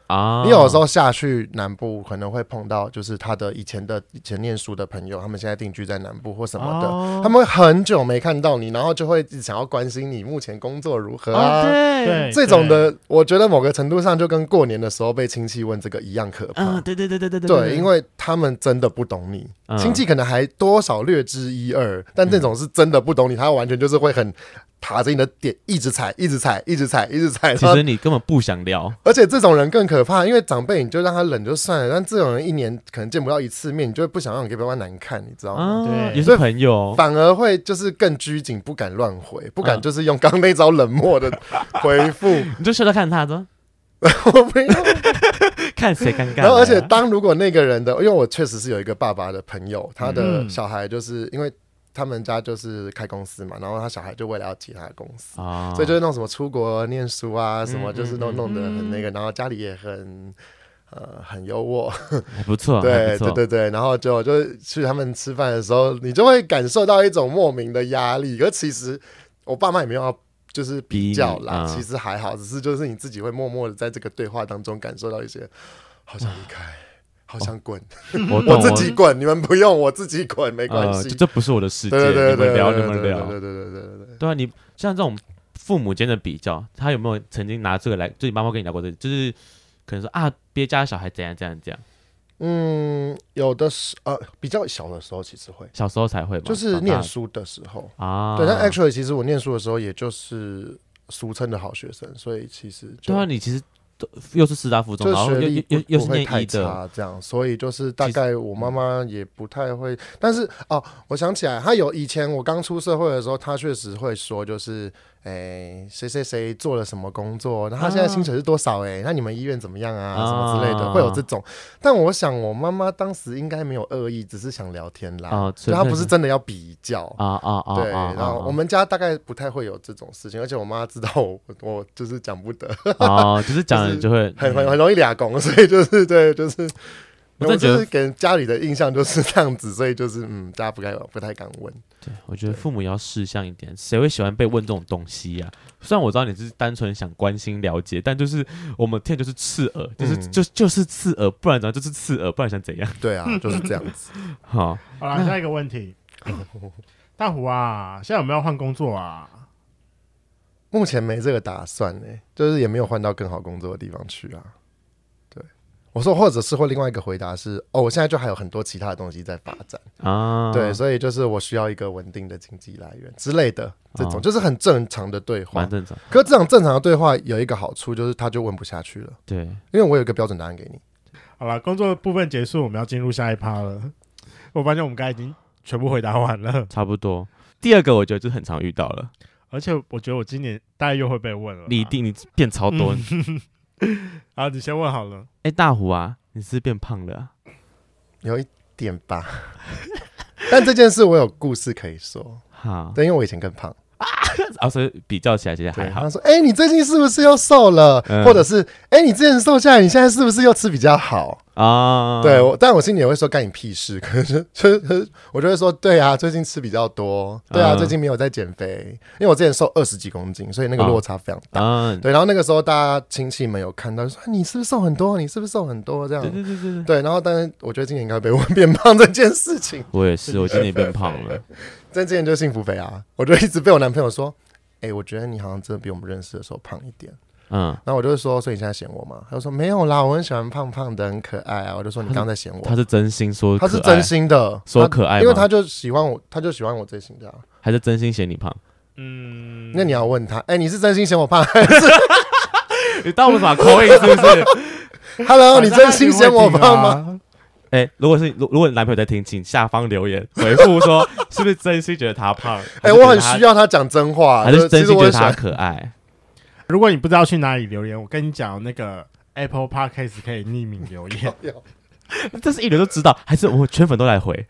啊， 你有的时候下去南部可能会碰到，就是他的以前的以前念书的朋友，他们现在定居在南部或什么的， 哦他们会很久没看到你，然后就会想要关心你目前工作如何啊。 哦对对这种的，我觉得某个程度上就跟过年的时候被亲戚问这个一样可怕。 嗯，对对对对对对，因为他们真的不懂你， 嗯亲戚可能还多少略知一二，但这种是真的不懂你，他完全就是会很卡着你的点，一直踩，一直踩，一直踩，一直踩。 其实你根本不想聊， 而且这种人更可怕，因为长辈你就让他冷就算了，但这种人一年可能见不到一次面，你就会不想让你给爸妈难看，你知道吗？ 啊， 对也是朋友， 反而会就是更拘谨，不敢乱回，不敢嗯就是用刚刚那招冷漠的回复。 你就笑着看他说， 我没有。 看谁尴尬。 然后，而且当如果那个人的，因为我确实是有一个爸爸的朋友，他的嗯小孩就是因为他们家就是开公司嘛，然后他小孩就为了要接他的公司， 啊， 所以就是弄什么出国念书啊，什么嗯就是弄嗯弄得很那个，然后家里也很。呃，很优渥， 还不错，还对不错对对对，然后就就去他们吃饭的时候，你就会感受到一种莫名的压力。可其实我爸妈也没有要就是比较啦， 逼你嗯其实还好，只是就是你自己会默默的在这个对话当中感受到一些，好想离开，好想滚， 我懂我自己滚，你们不用，我自己滚，没关呃， 系就。这不是我的世界， 对对对对， 你们聊， 对你们聊， 对对对对对对。 对啊，你像这种父母间的比较，他有没有曾经拿这个来，就你妈妈跟你聊过这个，就是可能说啊，别家小孩怎样怎样怎样， 嗯，有的是呃，比较小的时候其实会， 小时候才会嘛， 就是长大念书的时候。 啊， 对，但 actually 其实我念书的时候，也就是俗称的好学生，所以其实就对啊，你其实都又是师大附中， 就然后又学历又又又是不不会太念医的， 差，这样，所以就是大概我妈妈也不太会，但是哦，我想起来，她有以前我刚出社会的时候，她确实会说，就是诶谁谁谁做了什么工作，那他现在薪水是多少、欸？哎、那你们医院怎么样啊？ 啊什么之类的，会有这种。但我想我妈妈当时应该没有恶意，只是想聊天啦， 啊就她不是真的要比较。 啊啊啊， 对， 啊然后我们家大概不太会有这种事情，而且我妈知道我，我就是讲不得， 哦，就是讲了就会很很很容易俩拱，所以就是对，就是我我真的觉得就是给人家里的印象就是这样子，所以就是嗯，大家不该不太敢问。 对，我觉得父母也要识相一点，谁会喜欢被问这种东西呀、虽然我知道你是单纯想关心了解，但就是我们听的就是刺耳，就是、 嗯就就是刺耳，不然怎样就是刺耳，不然想怎样？ 对啊，就是这样子。 好， 好了，下一个问题，大胡啊，现在有没有换工作啊？ 目前没这个打算呢、就是也没有换到更好工作的地方去啊。对，我说或者是或另外一个回答是，哦，我现在就还有很多其他的东西在发展。 啊， 对，所以就是我需要一个稳定的经济来源之类的，这种、 哦就是很正常的对话蛮。正常。 可是这种正常的对话有一个好处，就是他就问不下去了， 对， 因为我有一个标准答案给你。 好了，工作的部分结束，我们要进入下一趴了。我发现我们刚才已经全部回答完了， 差不多。第二个我觉得就很常遇到了， 而且我觉得我今年大概又会被问了啦。 你一定你变超多。 好，你先问好了。 哎、大胡啊，你是不是变胖了、啊？ 有一点吧，但这件事我有故事可以说。 好， 对，因为我以前更胖。 啊，所以比较起来其实对， 还好他。说：“哎、你最近是不是又瘦了？ 嗯或者是哎、欸你之前瘦下来，你现在是不是又吃比较好？” 啊， 对，我，但我心里也会说干你屁事。可是，就是我就会说，对啊，最近吃比较多，对啊， 嗯最近没有在减肥，因为我之前瘦二十几公斤，所以那个落差非常大。 啊， 对，然后那个时候大家亲戚们有看到，就说你是不是瘦很多？你是不是瘦很多？这样对对对对对， 对，然后但是我觉得今年应该被问变胖这件事情， 我也是，我今年变胖了。 但今年就幸福肥啊，我就一直被我男朋友说，哎、我觉得你好像真的比我们认识的时候胖一点。 嗯， 然后我就说，所以你现在嫌我吗？他就说没有啦，我很喜欢胖胖的，很可爱啊。我就说你刚刚在嫌我， 他是真心说可爱， 他是真心的说可爱吗他因为他就喜欢我，他就喜欢我这型的、啊。 还是真心嫌你胖？ 嗯， 那你要问他，哎、你是真心嫌我胖还是你当我们把口音是不是？ ？Hello，你真心嫌我胖吗？ 吗？ 哎、如果是如如果你男朋友在听，请下方留言回复说是不是真心觉得他胖？ 哎、我很需要他讲真话， 还是真其实心觉得他我很喜欢。 可爱？ 如果你不知道去哪里留言，我跟你讲，那个 Apple Podcast 可以匿名留言。 这是一人都知道，还是我们圈粉都来回？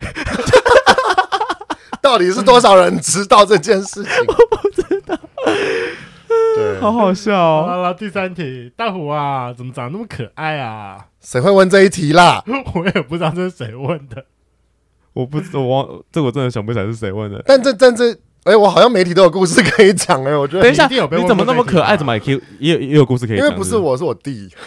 到底是多少人知道这件事情？我不知道。对， 好好笑哦！ 好了，第三题，大虎啊，怎么长得那么可爱啊？ 谁会问这一题啦？ 我也不知道这是谁问的。 我不知我忘这我真的想不起来是谁问的。 但这但这，哎、我好像每题都有故事可以讲哎、我觉得等一下， 你一定有被问你怎么那么可爱？ 过这一题吧怎么还可以也有也有故事可以讲？ 因为不是我是我弟，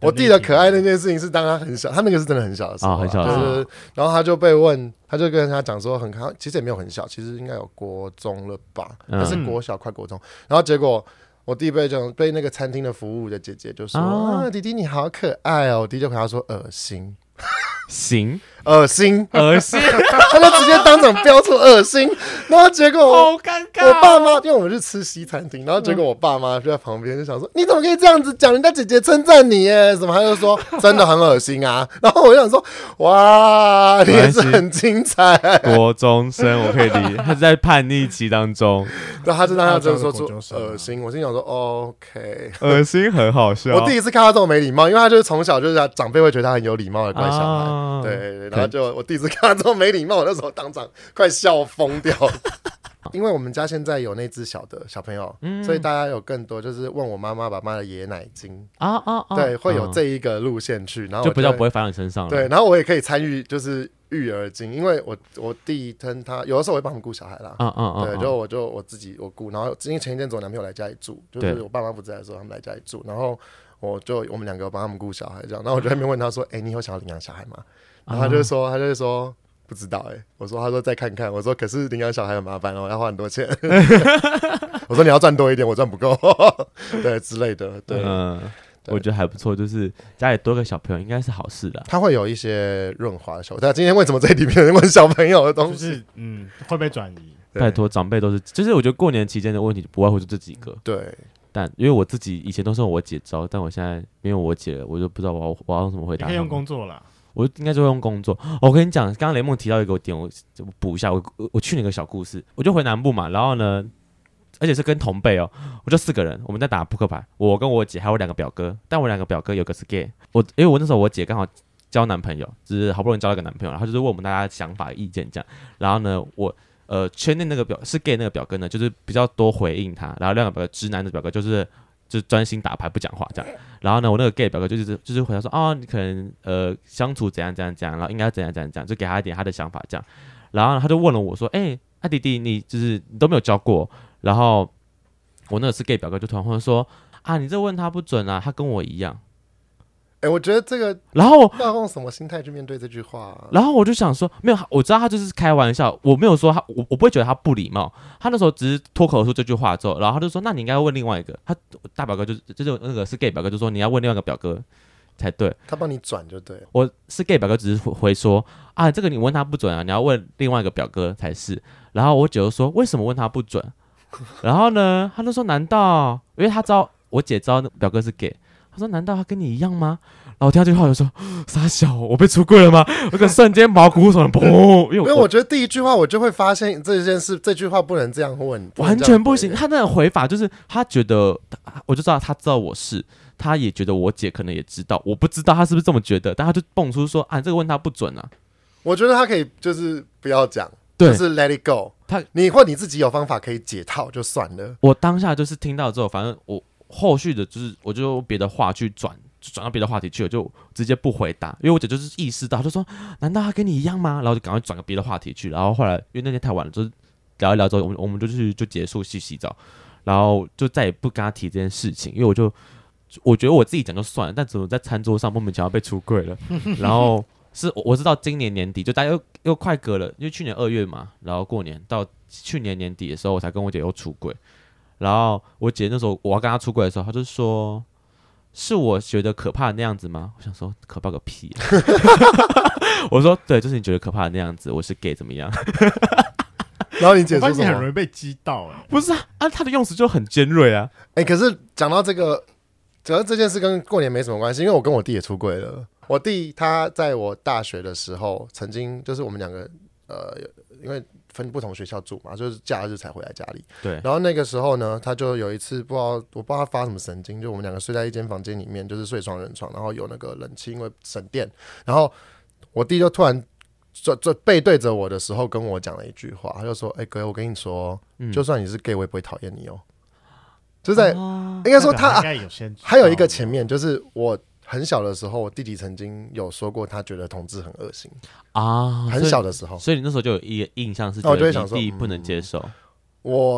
我弟的可爱那件事情是当他很小，他那个是真的很小的时候、啊， 哦很小的时候就是，然后他就被问，他就跟他讲说很可，其实也没有很小，其实应该有国中了吧， 嗯但是国小快国中，然后结果。我弟被这种被那个餐厅的服务的姐姐就说：“啊，弟弟你好可爱哦。”我弟就回答说：“恶心， 行， 恶心， 恶心， 他就直接当场标出恶心。然后结果我好尴尬。 我爸妈，因为我们是吃西餐厅，然后结果我爸妈就在旁边就想说：“你怎么可以这样子讲？人家姐姐称赞你耶，什么？”他就说：“真的很恶心啊。”然后我就想说：“哇，你也是很精彩。” 国中生我可以理解，他是在叛逆期当中， 对，他就当下就说出国中生啊恶心。我心想说：“OK。” 恶心很好笑。 我第一次看他这么没礼貌，因为他就是从小就是长辈会觉得他很有礼貌的乖小孩， 啊对对，然后就我第一次看他这么没礼貌，我那时候当场快笑疯掉。因为我们家现在有那只小的小朋友， 嗯所以大家有更多就是问我妈妈爸妈的爷爷奶精， 啊啊啊， 对，会有嗯这一个路线去，然后我就比较不会反到你身上了。 对，然后我也可以参与就是育儿经，因为我我弟跟他有的时候我会帮他们顾小孩啦， 嗯，嗯嗯嗯， 对，就我就我自己我顾，然后因为前一阵子我男朋友来家里住，就是对我爸妈不在的时候，他们来家里住，然后我就我们两个帮他们顾小孩这样，然后我就在那边问他说：“哎、欸，你有想要领养小孩吗？”然后他就说，他就说不知道哎、欸，我说他说再看看，我说可是领养小孩很麻烦哦，要花很多钱，我说你要赚多一点，我赚不够，对之类的，对。 嗯， 对我觉得还不错，就是家里多个小朋友应该是好事的。 他会有一些润滑的效果。但今天为什么这里面有人问小朋友的东西？ 就是嗯会被转移。 对拜托，长辈都是，就是我觉得过年期间的问题不外乎就这几个。 对， 但因为我自己以前都是用我姐招，但我现在没有我姐了，我就不知道我要我要用什么回答。 你可以用工作啦。 我应该就会用工作。哦我跟你讲，刚刚雷梦提到一个点，我补一下。我我我去年有个小故事，我就回南部嘛，然后呢，而且是跟同辈哦，我就四个人，我们在打扑克牌，我跟我姐还有两个表哥，但我两个表哥有个是 gay， 我因为我那时候我姐刚好交男朋友，就是好不容易交了个男朋友，然后就是问我们大家的想法意见这样，然后呢，我呃圈内那个表是 gay 那个表哥呢，就是比较多回应他，然后两个表哥直男的表哥就是就是专心打牌不讲话这样，然后呢，我那个 gay 表哥就是就是回答说，哦，你可能呃相处怎样怎样怎样，然后应该怎样怎样怎样，就给他一点他的想法这样，然后他就问了我说，哎、欸，啊弟弟你就是你都没有交过，然后我那个是 gay 表哥就突然会说，啊你这问他不准啊，他跟我一样， 哎、欸，我觉得这个， 然后要用什么心态去面对这句话、啊？ 然后我就想说，没有，我知道他就是开玩笑，我没有说他，我我不会觉得他不礼貌。他那时候只是脱口而出这句话之后，然后他就说，那你应该问另外一个。他大表哥就是就是那个是 gay 表哥，就说你要问另外一个表哥才对。 他帮你转就对了。 我是 gay 表哥，只是回说啊，这个你问他不准啊，你要问另外一个表哥才是。然后我姐就说，为什么问他不准？然后呢，他就说，难道因为他知道我姐知道表哥是 gay。他说：“难道他跟你一样吗？”然后我听到这句话，我就说：“傻小，我被出柜了吗？”我个瞬间毛骨悚然，砰！因为我因为我觉得第一句话我就会发现这件事，这句话不能这样问， 完全不行。他那个回法就是他觉得，我就知道他知道我是，他也觉得我姐可能也知道，我不知道他是不是这么觉得，但他就蹦出说：“啊，这个问他不准啊。” 我觉得他可以就是不要讲， 对， 就是 let it go。 他你或你自己有方法可以解套就算了。 我当下就是听到之后，反正我后续的就是我就用别的话去转。转到别的话题去了，就直接不回答，因为我姐就是意识到，她就说：“难道他跟你一样吗？”然后就赶快转个别的话题去。然后后来因为那天太晚了，就是聊一聊之后，我们我们就去就结束去洗澡，然后就再也不跟他提这件事情，因为我就我觉得我自己讲就算了，但怎么在餐桌上莫名其妙被出柜了？然后是我知道今年年底就大概又又快隔了，因为去年二月嘛，然后过年到去年年底的时候，我才跟我姐又出柜。然后我姐那时候我要跟她出柜的时候，她就说。是我觉得可怕的那样子吗？我想说可怕个屁、啊！我说对，就是你觉得可怕的那样子，我是 gay 怎么样？ 然后你姐说什么？ 你很容易被激到哎、欸， 不是啊，啊，他的用词就很尖锐啊。 哎、欸，可是讲到这个，主要这件事跟过年没什么关系，因为我跟我弟也出柜了。我弟他在我大学的时候，曾经就是我们两个呃，因为分不同学校住嘛，就是假日才回来家里。 对。 然后那个时候呢，他就有一次不知道，我不知道他发什么神经，就我们两个睡在一间房间里面，就是睡双人床，然后有那个冷气，因为省电。然后我弟就突然就就背对着我的时候跟我讲了一句话，他就说：“哎、欸，哥，我跟你说，嗯、就算你是 gay，我也不会讨厌你哦。”就在、哦、应该说他、啊、还有一个前面就是我。很小的时候，我弟弟曾经有说过，他觉得同志很恶心啊。很小的时候， 所以你那时候就有一个印象是， 我就会想说， 弟弟不能接受。 嗯、我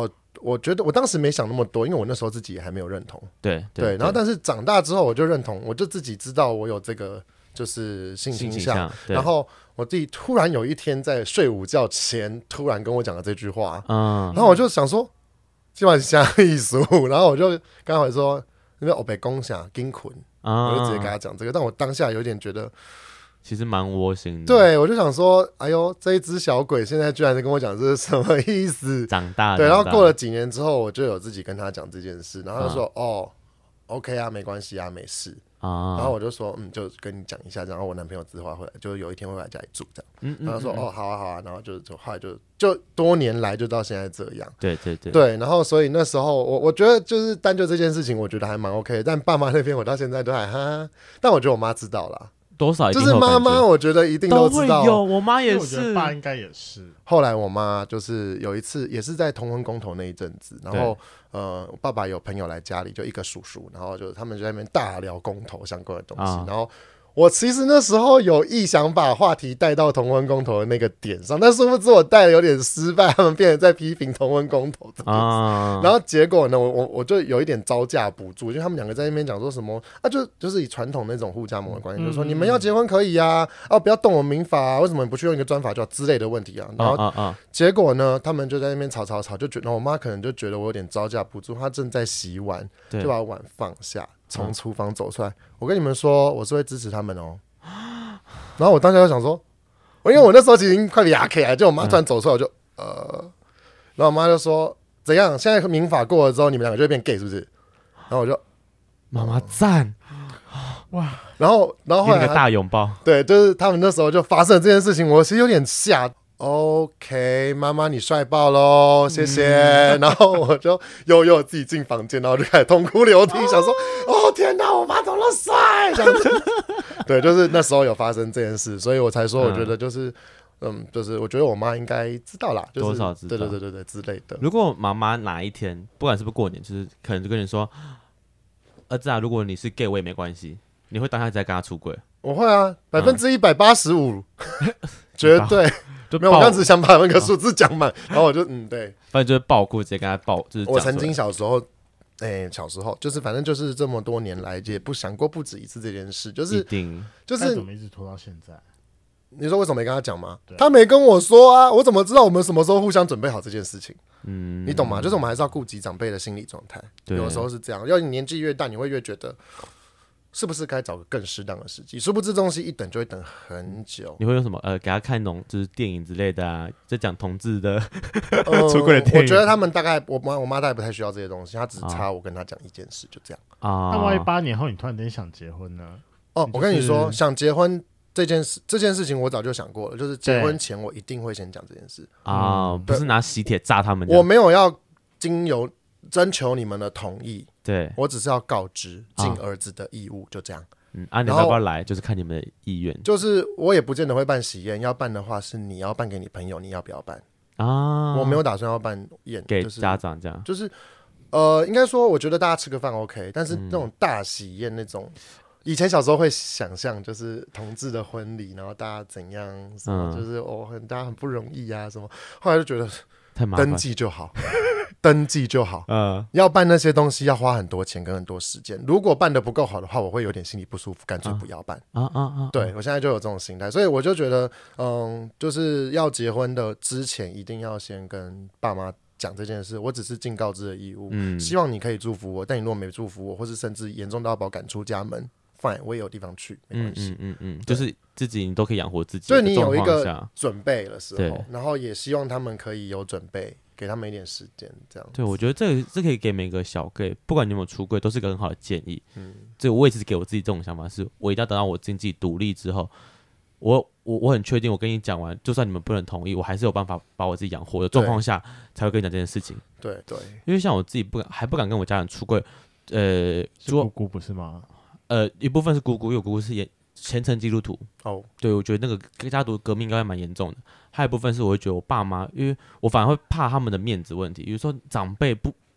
我觉得我当时没想那么多，因为我那时候自己也还没有认同。 对对，然后但是长大之后我就认同，我就自己知道我有这个就是性倾向，然后我自己突然有一天在睡午觉前突然跟我讲了这句话，嗯，然后我就想说今晚下艺术，然后我就刚好说那边我被攻下金捆，我就直接跟他讲这个，但我当下有点觉得。 其实蛮窝心的， 对我就想说，哎呦，这一只小鬼现在居然跟我讲这是什么意思？ 长大， 对，然后过了几年之后，我就有自己跟他讲这件事，然后他就说，嗯、哦 ，OK 啊，没关系啊，没事啊。然后我就说，嗯，就跟你讲一下，然后我男朋友之后回来，就有一天会来家里住这样。嗯嗯然后说，哦，好啊，好啊，然后就就后来就就多年来就到现在这样。 对对对。 对，然后所以那时候我我觉得就是单就这件事情，我觉得还蛮 OK 的，但爸妈那边我到现在都还哈，但我觉得我妈知道啦。 多少就是妈妈，我觉得一定都知道。 都会有，我妈也是， 我觉得爸应该也是。 后来我妈就是有一次，也是在同婚公投那一阵子，然后呃，我爸爸有朋友来家里，就一个叔叔，然后就他们就在那边大聊公投相关的东西，啊、然后。我其实那时候有意想把话题带到同婚公投的那个点上，但殊不知我带的有点失败，他们变成在批评同婚公投这件事、啊、然后结果呢，我我我就有一点招架不住，因为他们两个在那边讲说什么啊，就就是以传统那种互加盟的观念，嗯、就是说你们要结婚可以啊，啊不要动我们民法啊，为什么你不去用一个专法就好之类的问题啊？然后结果呢，他们就在那边吵吵吵，就觉得我妈可能就觉得我有点招架不住，她正在洗碗，就把碗放下。从厨房走出来，我跟你们说，我是会支持他们哦。然后我当时就想说，因为我那时候其实已经快哑起来，就我妈突然走出来，我就呃，然后我妈就说怎样？现在民法过了之后，你们两个就会变 gay 是不是？然后我就妈妈赞哇！然后然后后来一个大拥抱， 对，就是他们那时候就发生了这件事情，我其实有点吓。OK， 妈妈你帅爆喽，谢谢。嗯、然后我就又又自己进房间，然后就开始痛哭流涕，想说哦天哪，我妈怎么那么帅？这样子，对，就是那时候有发生这件事，所以我才说，我觉得就是嗯，嗯就是我觉得我妈应该知道啦，就是、 多少知道， 对对对对对之类的。 如果妈妈哪一天，不管是不是过年，就是可能就跟你说，儿子啊，如果你是 gay 我也没关系，你会当下再跟他出柜？ 我会啊，百分之一百八十五，绝对。没有，我刚只想把那个数字讲满，然后我就嗯对， 不然就是爆哭，直接跟他爆，就是我曾经小时候，哎、欸，小时候就是反正就是这么多年来也不想过不止一次这件事，就是一定就是怎么一直拖到现在？ 你说为什么没跟他讲吗？他没跟我说啊，我怎么知道我们什么时候互相准备好这件事情？嗯，你懂吗？就是我们还是要顾及长辈的心理状态，有的时候是这样，要你年纪越大，你会越觉得。是不是该找个更适当的时机？殊不知这东西一等就会等很久。 你会用什么？呃，给他看那种就是电影之类的啊，在讲同志的、呃、出柜的电影。 我觉得他们大概，我妈我妈大概不太需要这些东西，她只差我跟她讲一件事，就这样啊。那万一八年后你突然间想结婚呢？ 哦，就是、我跟你说，想结婚这件事，这件事情我早就想过了，就是结婚前我一定会先讲这件事啊、嗯，不是拿喜帖炸他们。 我没有要经由征求你们的同意。 对， 我只是要告知尽儿子的义务，就这样。 嗯，啊，你们要不要来？就是看你们的意愿。 就是我也不见得会办喜宴，要办的话是你要办给你朋友，你要不要办啊？我没有打算要办宴给家长这样。 就是、就是、呃，应该说，我觉得大家吃个饭 OK， 但是那种大喜宴那种，嗯、以前小时候会想象就是同志的婚礼，然后大家怎样，什么、嗯、就是哦，很大家很不容易啊什么，后来就觉得太麻烦， 登记就好。登记就好，嗯，要办那些东西要花很多钱跟很多时间。如果办得不够好的话，我会有点心里不舒服，干脆不要办。啊啊啊！对我现在就有这种心态，所以我就觉得，嗯，就是要结婚的之前，一定要先跟爸妈讲这件事。我只是尽告知的义务，嗯，希望你可以祝福我，但你如果没祝福我，或是甚至严重到要把我赶出家门 ，fine， 我也有地方去，没关系。嗯嗯嗯， 就是自己你都可以养活自己， 所以你有一个准备的时候，然后也希望他们可以有准备。给他们一点时间，这样。 对，我觉得这个这可以给每个小 gay， 不管你有没有出柜，都是个很好的建议。嗯，这我也是给我自己这种想法，是我一定要等到我经济独立之后，我我我很确定，我跟你讲完，就算你们不能同意，我还是有办法把我自己养活的状况下，才会跟你讲这件事情。 对对， 因为像我自己不敢，还不敢跟我家人出柜，呃， 是姑姑不是吗？ 呃，一部分是姑姑，因为我姑姑是虔诚基督徒。哦，对，我觉得那个家族革命应该蛮严重的。还有一部分是我会觉得我爸妈，因为我反而会怕他们的面子问题，比如说长辈不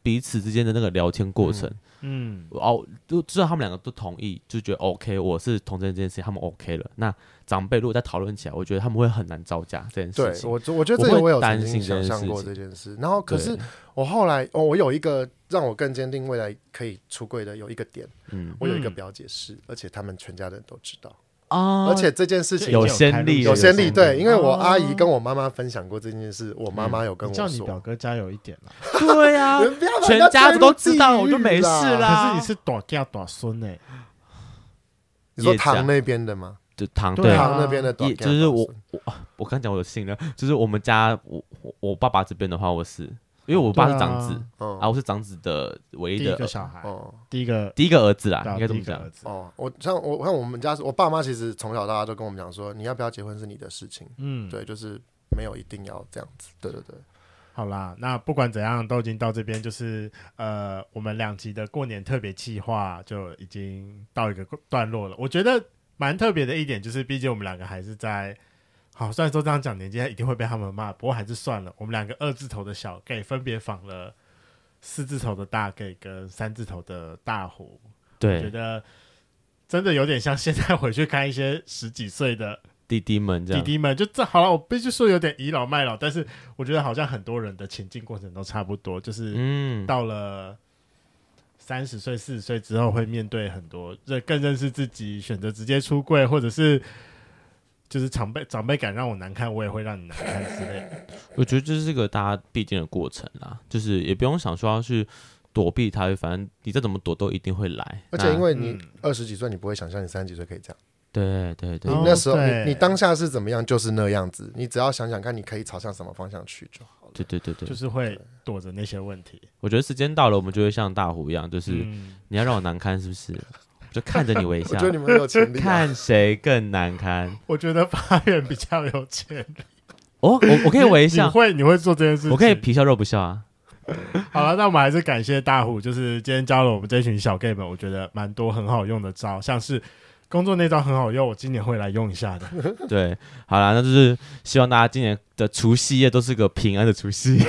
彼此之间的那个聊天过程。 嗯， 哦，就知道他们两个都同意，就觉得 OK， 我是同真这件事情，他们 OK 了。那长辈如果再讨论起来，我觉得他们会很难招架这件事情。 对，我我觉得这个我有曾经想象过这件事。然后，可是我后来，哦，我有一个让我更坚定未来可以出柜的有一个点，嗯，我有一个表姐是，而且他们全家的人都知道。 啊！ 而且这件事情有先例， 有先例，对，因为我阿姨跟我妈妈分享过这件事，我妈妈有跟我说， 叫你表哥加油一点啦。 对呀，全家子都知道，我就没事啦。 可是你是大家大孙哎， 你说堂那边的吗？ 就堂对堂那边的， 就是我我我刚讲我有姓了，就是我们家我我爸爸这边的话，我是。因为我爸是长子，啊，啊我是长子的唯一的第一个小孩，哦、第一个第一个儿子啦，应该这么讲。 哦，我像我像我们家，我爸妈其实从小到大都跟我们讲说，你要不要结婚是你的事情，嗯，对，就是没有一定要这样子，对对对。 好啦，那不管怎样，都已经到这边，就是呃，我们两集的过年特别企划就已经到一个段落了。我觉得蛮特别的一点就是，毕竟我们两个还是在。好，虽然说这样讲年纪一定会被他们骂，不过还是算了。我们两个二字头的小 gay 分别访了四字头的大 gay 跟三字头的大虎， 对， 我觉得真的有点像现在回去看一些十几岁的弟弟们这样， 弟弟们就这好了。我必须说有点倚老卖老，但是我觉得好像很多人的前进过程都差不多，就是到了三十岁、四十岁之后，会面对很多，更认识自己，选择直接出柜，或者是。就是长辈长辈敢让我难看，我也会让你难看之类的。 我觉得这是个大家必经的过程啦，就是也不用想说要去躲避它，反正你再怎么躲都一定会来。 而且因为你二十几岁，你不会想象你三十几岁可以这样。 对对对， 你那时候、哦、你, 你当下是怎么样，就是那样子。你只要想想看，你可以朝向什么方向去就好了。 对对对对， 就是会躲着那些问题。 我觉得时间到了，我们就会像大虎一样，就是、嗯、你要让我难堪，是不是？就看着你微笑， 我觉得你们很有潜力、啊。 看谁更难堪？ 我觉得发源比较有潜力。 哦，我我可以微笑， 你, 你会你会做这件事情？ 我可以皮笑肉不笑啊。 好了，那我们还是感谢大虎，就是今天教了我们这群小 gay 们，我觉得蛮多很好用的招，像是工作那招很好用，我今年会来用一下的。对， 好啦，那就是希望大家今年的除夕夜都是个平安的除夕。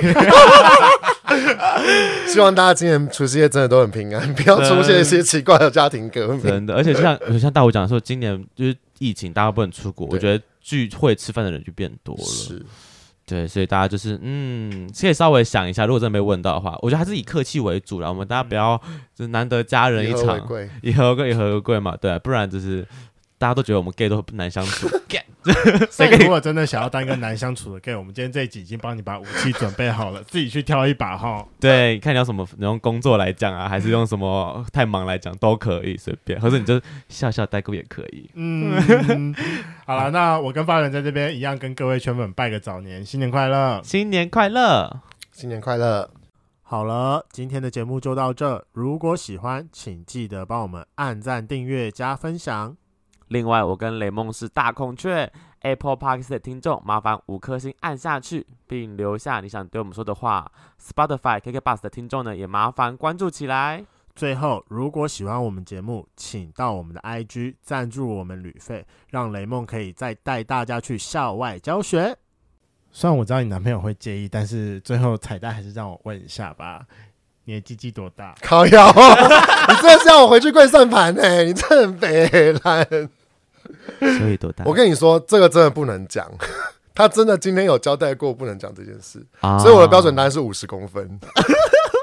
希望大家今年除夕夜真的都很平安，不要出现一些奇怪的家庭革命。 真的，而且像像大虎讲说，今年就是疫情，大家不能出国，我觉得聚会吃饭的人就变多了。是，对，所以大家就是嗯，可以稍微想一下，如果真的没问到的话，我觉得还是以客气为主啦。我们大家不要就是难得家人一场，以和为贵，以和为贵嘛，对、啊，不然就是大家都觉得我们 gay 都不难相处。 所以如果真的想要当一个难相处的 gay， 我们今天这一集已经帮你把武器准备好了，自己去挑一把哈。 对，看你要什么，你用工作来讲啊，还是用什么太忙来讲都可以，随便，或者你就笑笑代购也可以。 嗯，好了，那我跟发源在这边一样，跟各位圈粉拜个早年，新年快乐， 新年快乐， 新年快乐。 好了，今天的节目就到这。如果喜欢，请记得帮我们按赞、订阅、加分享。 另外，我跟雷梦是大孔雀 Apple Podcast 的听众，麻烦五颗星按下去，并留下你想对我们说的话。Spotify、K K Bus 的听众呢，也麻烦关注起来。 最后，如果喜欢我们节目，请到我们的 I G 赞助我们旅费，让雷梦可以再带大家去校外教学。虽然我知道你男朋友会介意，但是最后彩蛋还是让我问一下吧。你的鸡鸡多大？ 靠腰、哦，你真的是要我回去跪算盘呢、欸？你真的很北烂。 所以多大？ 我跟你说，这个真的不能讲。他真的今天有交代过，不能讲这件事， 啊、 所以我的标准答案是五十公分。